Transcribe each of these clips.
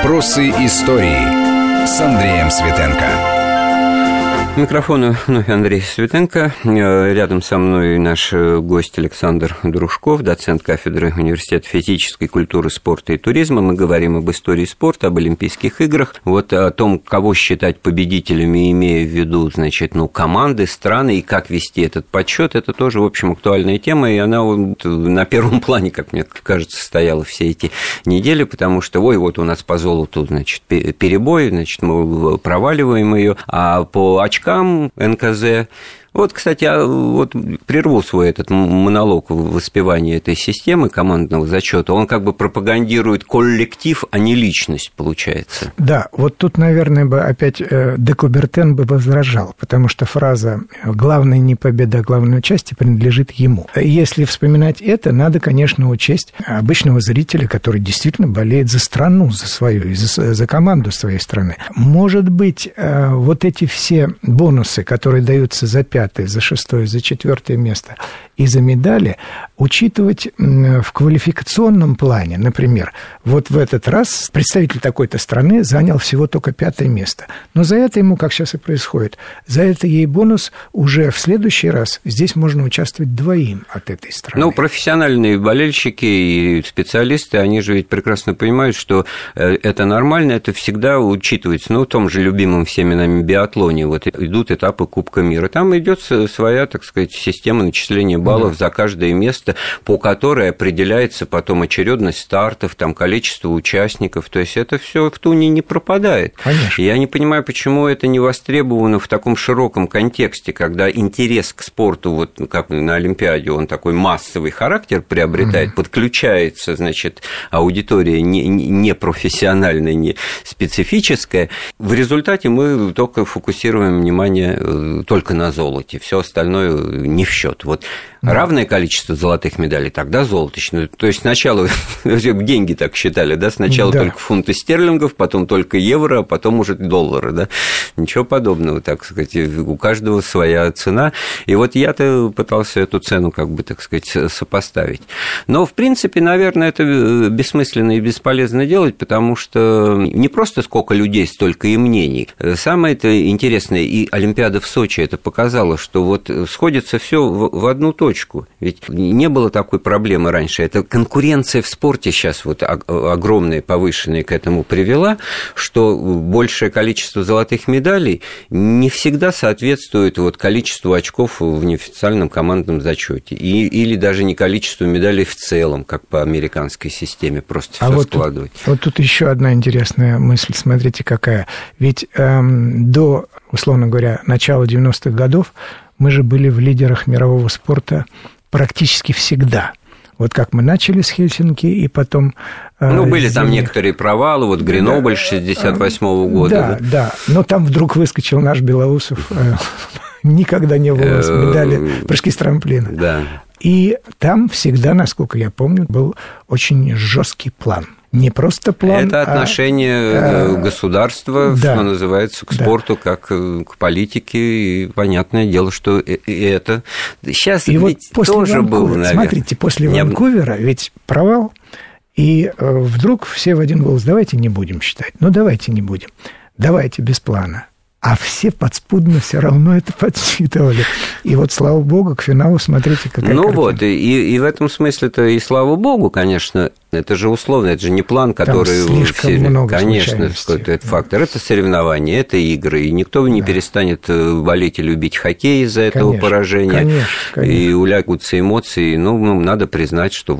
Вопросы истории с Андреем Светенко. У микрофона вновь Андрей Светенко. Рядом со мной наш гость Александр Дружков, доцент кафедры Университета физической культуры, спорта и туризма. Мы говорим об истории спорта, об Олимпийских играх, вот о том, кого считать победителями, имея в виду, значит, команды, страны, и как вести этот подсчет. Это тоже, в общем, актуальная тема, и она вот на первом плане, как мне кажется, стояла все эти недели, потому что, вот у нас по золоту, значит, перебой, значит, мы проваливаем ее, а по очкам НКЗ. Вот, кстати, прерву свой этот монолог в воспевании этой системы командного зачета. Он как бы пропагандирует коллектив, а не личность, получается. Да, вот тут, наверное, бы опять де Кубертен бы возражал, потому что фраза «главное не победа, а главное участие» принадлежит ему. Если вспоминать это, надо, конечно, учесть обычного зрителя, который действительно болеет за страну, за свою, и за команду своей страны. Может быть, вот эти все бонусы, которые даются за 5-е, за 6-е, за 4-е место и за медали, учитывать в квалификационном плане. Например, вот в этот раз представитель такой-то страны занял всего только 5-е место. Но за это ему, как сейчас и происходит, за это ей бонус уже в следующий раз. Здесь можно участвовать двоим от этой страны. Профессиональные болельщики и специалисты, они же ведь прекрасно понимают, что это нормально, это всегда учитывается. В том же любимом всеми нами биатлоне вот идут этапы Кубка мира. Там идет своя, так сказать, система начисления баллов за каждое место, по которой определяется потом очередность стартов, там количество участников. То есть это все в туне не пропадает. Конечно. Я не понимаю, почему это не востребовано в таком широком контексте, когда интерес к спорту, вот как на Олимпиаде, он такой массовый характер приобретает, подключается, значит, аудитория не профессиональная, не специфическая. В результате мы только фокусируем внимание только на золоте. Все остальное не в счет. Равное количество золотых медалей, тогда золоточную. То есть сначала деньги так считали, да? Сначала только фунты стерлингов, потом только евро, а потом уже доллары, да? Ничего подобного, так сказать. У каждого своя цена. И я-то пытался эту цену, так сказать, сопоставить. Но, в принципе, наверное, это бессмысленно и бесполезно делать, потому что не просто сколько людей, столько и мнений. Самое-то интересное, и Олимпиада в Сочи это показала, что сходится все в одну точку. Ведь не было такой проблемы раньше. Это конкуренция в спорте сейчас огромная, повышенная к этому привела, что большее количество золотых медалей не всегда соответствует количеству очков в неофициальном командном зачете. Или даже не количеству медалей в целом, как по американской системе, просто все складывать. Тут еще одна интересная мысль, смотрите какая. Ведь до, условно говоря, начала 90-х годов мы же были в лидерах мирового спорта практически всегда. Как мы начали с Хельсинки, и потом... были там некоторые провалы, Гренобль 68-го года. Да, но там вдруг выскочил наш Белоусов. Никогда не было у нас медали прыжки с трамплина. Да. И там всегда, насколько я помню, был очень жесткий план. Не просто план, это отношение государства, что называется, к спорту, как к политике, и понятное дело, что это... Сейчас и ведь тоже было, наверное. Смотрите, после Ванкувера ведь провал, и вдруг все в один голос: давайте не будем считать, давайте не будем, давайте без плана. А все подспудно все равно это подсчитывали. И слава богу, к финалу смотрите, какая картина. И в этом смысле-то и слава богу, конечно, это же условно, это же не план, который... Там слишком много конечно, это фактор. Это соревнования, это игры, и никто не перестанет болеть и любить хоккей из-за этого поражения. Конечно. И улягутся эмоции. Надо признать, что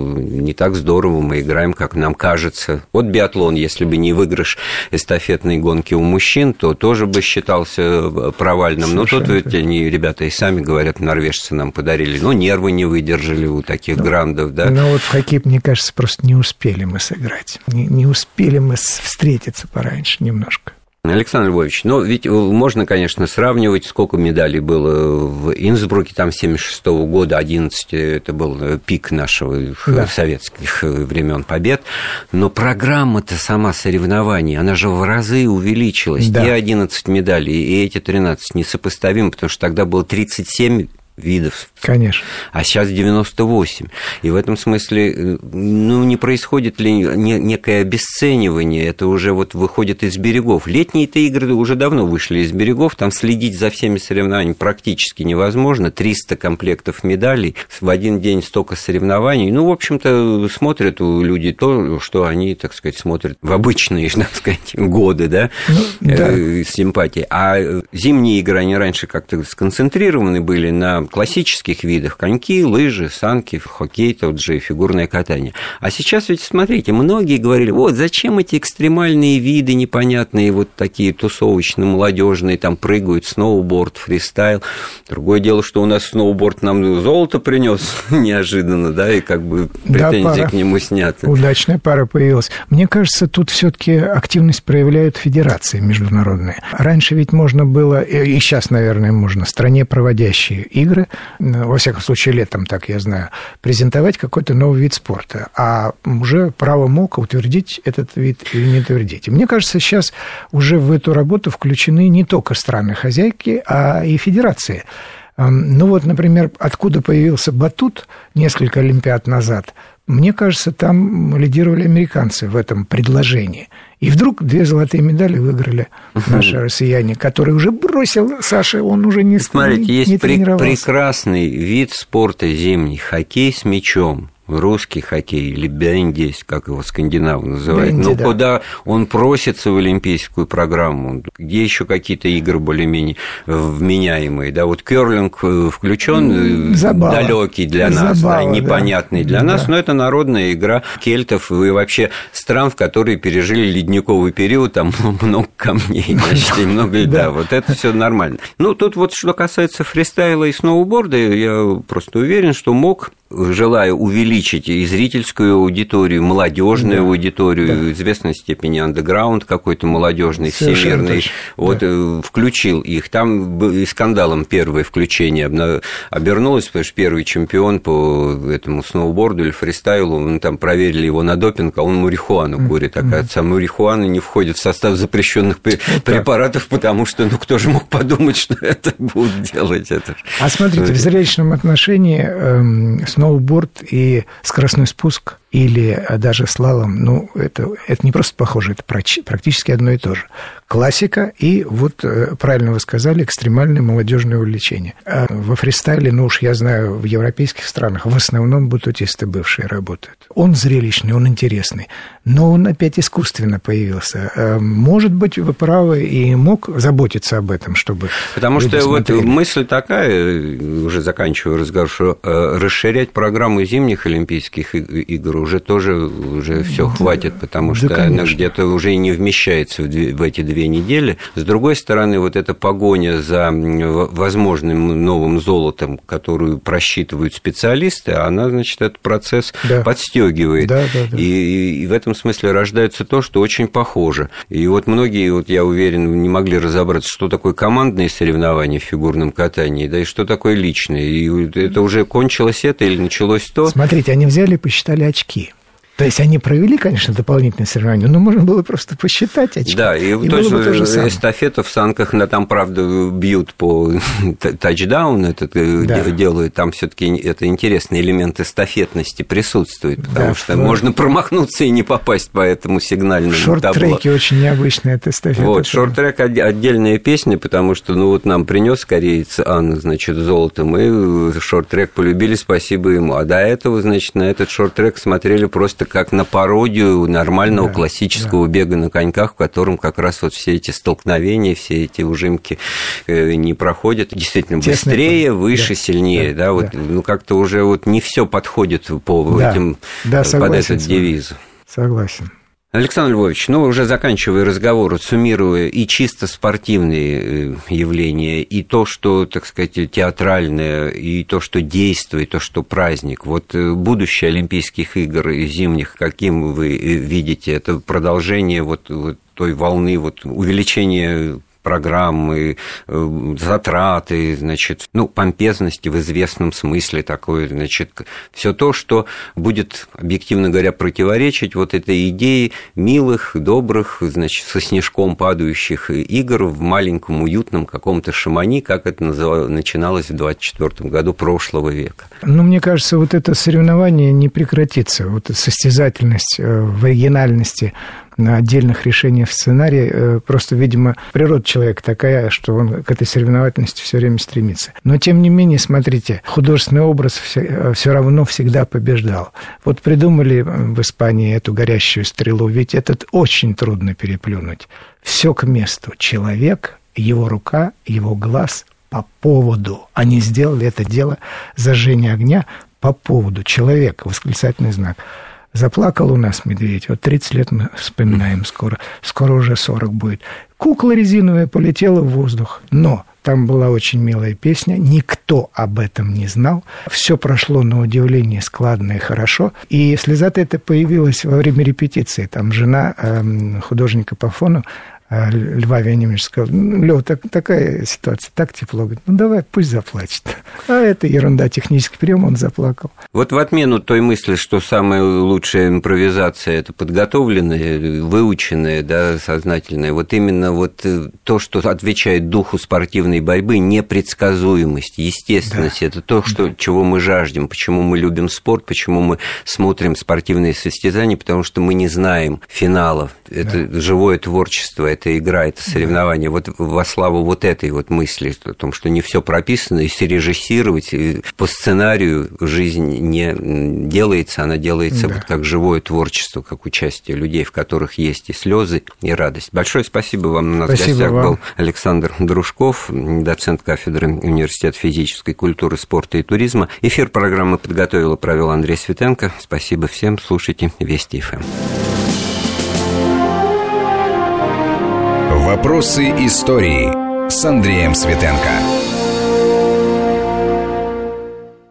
не так здорово мы играем, как нам кажется. Биатлон, если бы не выигрыш эстафетной гонки у мужчин, то тоже бы считался провальным. Но тут ведь они, ребята, и сами говорят, норвежцы нам подарили. Нервы не выдержали у таких грандов, да. В хоккей, мне кажется, просто не успели мы сыграть. Не успели мы встретиться пораньше немножко. Александр Львович, ведь можно, конечно, сравнивать, сколько медалей было в Инсбруке, там, 76-го года, 11, это был пик нашего советских времен побед, но программа-то сама соревнований, она же в разы увеличилась, и 11 медалей, и эти 13 несопоставимы, потому что тогда было 37 видов. Конечно. А сейчас 98. И в этом смысле, не происходит ли некое обесценивание? Это уже вот выходит из берегов. Летние-то игры уже давно вышли из берегов, там следить за всеми соревнованиями практически невозможно. 300 комплектов медалей, в один день столько соревнований. В общем-то, смотрят люди то, что они, так сказать, смотрят в обычные, так сказать, годы, да, с симпатией. А зимние игры, они раньше как-то сконцентрированы были на классических видах: коньки, лыжи, санки, хоккей, тот же фигурное катание. А сейчас ведь, смотрите, многие говорили: вот зачем эти экстремальные виды непонятные, вот такие тусовочно-молодежные, там прыгают, сноуборд, фристайл. Другое дело, что у нас сноуборд нам золото принес неожиданно, да, и как бы претензии к нему сняты. Удачная пара появилась. Мне кажется, тут все-таки активность проявляют федерации международные. Раньше ведь можно было, и сейчас, наверное, можно, стране, проводящие игры, во всяком случае, летом, так я знаю, презентовать какой-то новый вид спорта, а уже право МОКа утвердить этот вид или не утвердить. И мне кажется, сейчас уже в эту работу включены не только страны-хозяйки, а и федерации. Например, откуда появился батут несколько олимпиад назад, мне кажется, там лидировали американцы в этом предложении. И вдруг 2 золотые медали выиграли наши россияне, который уже бросил, Саша, он уже не тренировался. Смотрите, есть прекрасный вид спорта зимний, хоккей с мячом. Русский хоккей, или бенди, как его скандинавы называют. Бенди, куда он просится в олимпийскую программу, где еще какие-то игры более-менее вменяемые. Да, вот кёрлинг включен, далекий для нас, непонятный для нас, но это народная игра кельтов и вообще стран, в которые пережили ледниковый период, там много камней, значит, и много льда. Вот это все нормально. Тут вот что касается фристайла и сноуборда, я просто уверен, что МОК, желая увеличить и зрительскую аудиторию, молодежную аудиторию, в известной степени андеграунд какой-то молодежный, всемирный, включил их. Там и скандалом первое включение обернулось, потому что первый чемпион по этому сноуборду или фристайлу, там проверили его на допинг, а он марихуану курит. Оказывается, марихуана не входит в состав запрещенных препаратов, потому что, кто же мог подумать, что это будут делать? А смотрите, в зрелищном отношении сноуборд и скоростной спуск или даже слалом, это не просто похоже, это практически одно и то же. Классика и, правильно вы сказали, экстремальное молодежное увлечение. А во фристайле, уж я знаю, в европейских странах в основном батутисты бывшие работают. Он зрелищный, он интересный, но он опять искусственно появился. Может быть, вы правы, и МОК заботиться об этом, чтобы... Потому что мысль такая, уже заканчивая разговор, что расширять программу зимних Олимпийских игр уже все хватит, потому что она где-то уже и не вмещается в эти 2 недели. С другой стороны, эта погоня за возможным новым золотом, которую просчитывают специалисты, она, значит, этот процесс подстегивает. И в этом смысле рождается то, что очень похоже. И многие, я уверен, не могли разобраться, что такое командные соревнования в фигурном катании, да, и что такое личное. И это уже кончилось это или началось то. Смотрите, они взяли и посчитали очки. То есть они провели, конечно, дополнительные соревнования, но можно было просто посчитать очки. Да, и точно эстафета в санках, там, правда, бьют по тачдаун, делают, там все-таки это интересный элемент эстафетности присутствует, потому что можно промахнуться и не попасть по этому сигнальному табло. В шорт-треке очень необычная эта эстафета. Шорт-трек отдельная песня, потому что, нам принес кореец Анна, значит, золото, мы шорт-трек полюбили, спасибо ему. А до этого, значит, на этот шорт-трек смотрели просто как на пародию нормального классического бега на коньках, в котором как раз все эти столкновения, все эти ужимки не проходят. Действительно, быстрее, выше, сильнее. Как-то уже не все подходит под этот девиз. Согласен. Александр Львович, уже заканчивая разговор, суммируя и чисто спортивные явления, и то, что, так сказать, театральное, и то, что действие, и то, что праздник, будущее Олимпийских игр зимних, каким вы видите? Это продолжение той волны увеличения программы, затраты, значит, помпезности в известном смысле такой, значит, все то, что будет, объективно говоря, противоречить вот этой идее милых, добрых, значит, со снежком падающих игр в маленьком уютном каком-то Шамани, как это начиналось в 24 году прошлого века. Мне кажется, вот это соревнование не прекратится. Вот состязательность в оригинальности на отдельных решениях в сценарии, просто, видимо, природа человека такая, что он к этой соревновательности все время стремится. Но, тем не менее, смотрите, художественный образ все равно всегда побеждал. Вот придумали в Испании эту горящую стрелу, ведь этот очень трудно переплюнуть. Все к месту. Человек, его рука, его глаз по поводу. Они сделали это дело зажжения огня по поводу. Человек, восклицательный знак. Заплакал у нас медведь. Вот 30 лет мы вспоминаем скоро. Скоро уже 40 будет. Кукла резиновая полетела в воздух. Но там была очень милая песня. Никто об этом не знал. Все прошло на удивление складно и хорошо. И слеза-то это появилась во время репетиции. Там жена художника по фону Льва Вениаминовича сказал: Лёва, такая ситуация, так тепло. Говорит, давай, пусть заплачет. А это ерунда, технический прием, он заплакал. Вот в отмену той мысли, что самая лучшая импровизация – это подготовленная, выученная, да, сознательная, вот именно вот то, что отвечает духу спортивной борьбы, непредсказуемость, естественность, да. Это то, чего мы жаждем, почему мы любим спорт, почему мы смотрим спортивные состязания, потому что мы не знаем финалов. Это да. Живое творчество, это игра, это соревнование. Вот во славу вот этой вот мысли о том, что не все прописано, и срежиссировать по сценарию жизнь не делается, она делается да. Вот как живое творчество, как участие людей, в которых есть и слезы, и радость. Большое спасибо вам. У нас в гостях был Александр Дружков, доцент кафедры Университета физической культуры, спорта и туризма. Эфир программы подготовил и провел Андрей Светенко. Спасибо всем. Слушайте Вести ФМ. Вопросы истории с Андреем Светенко.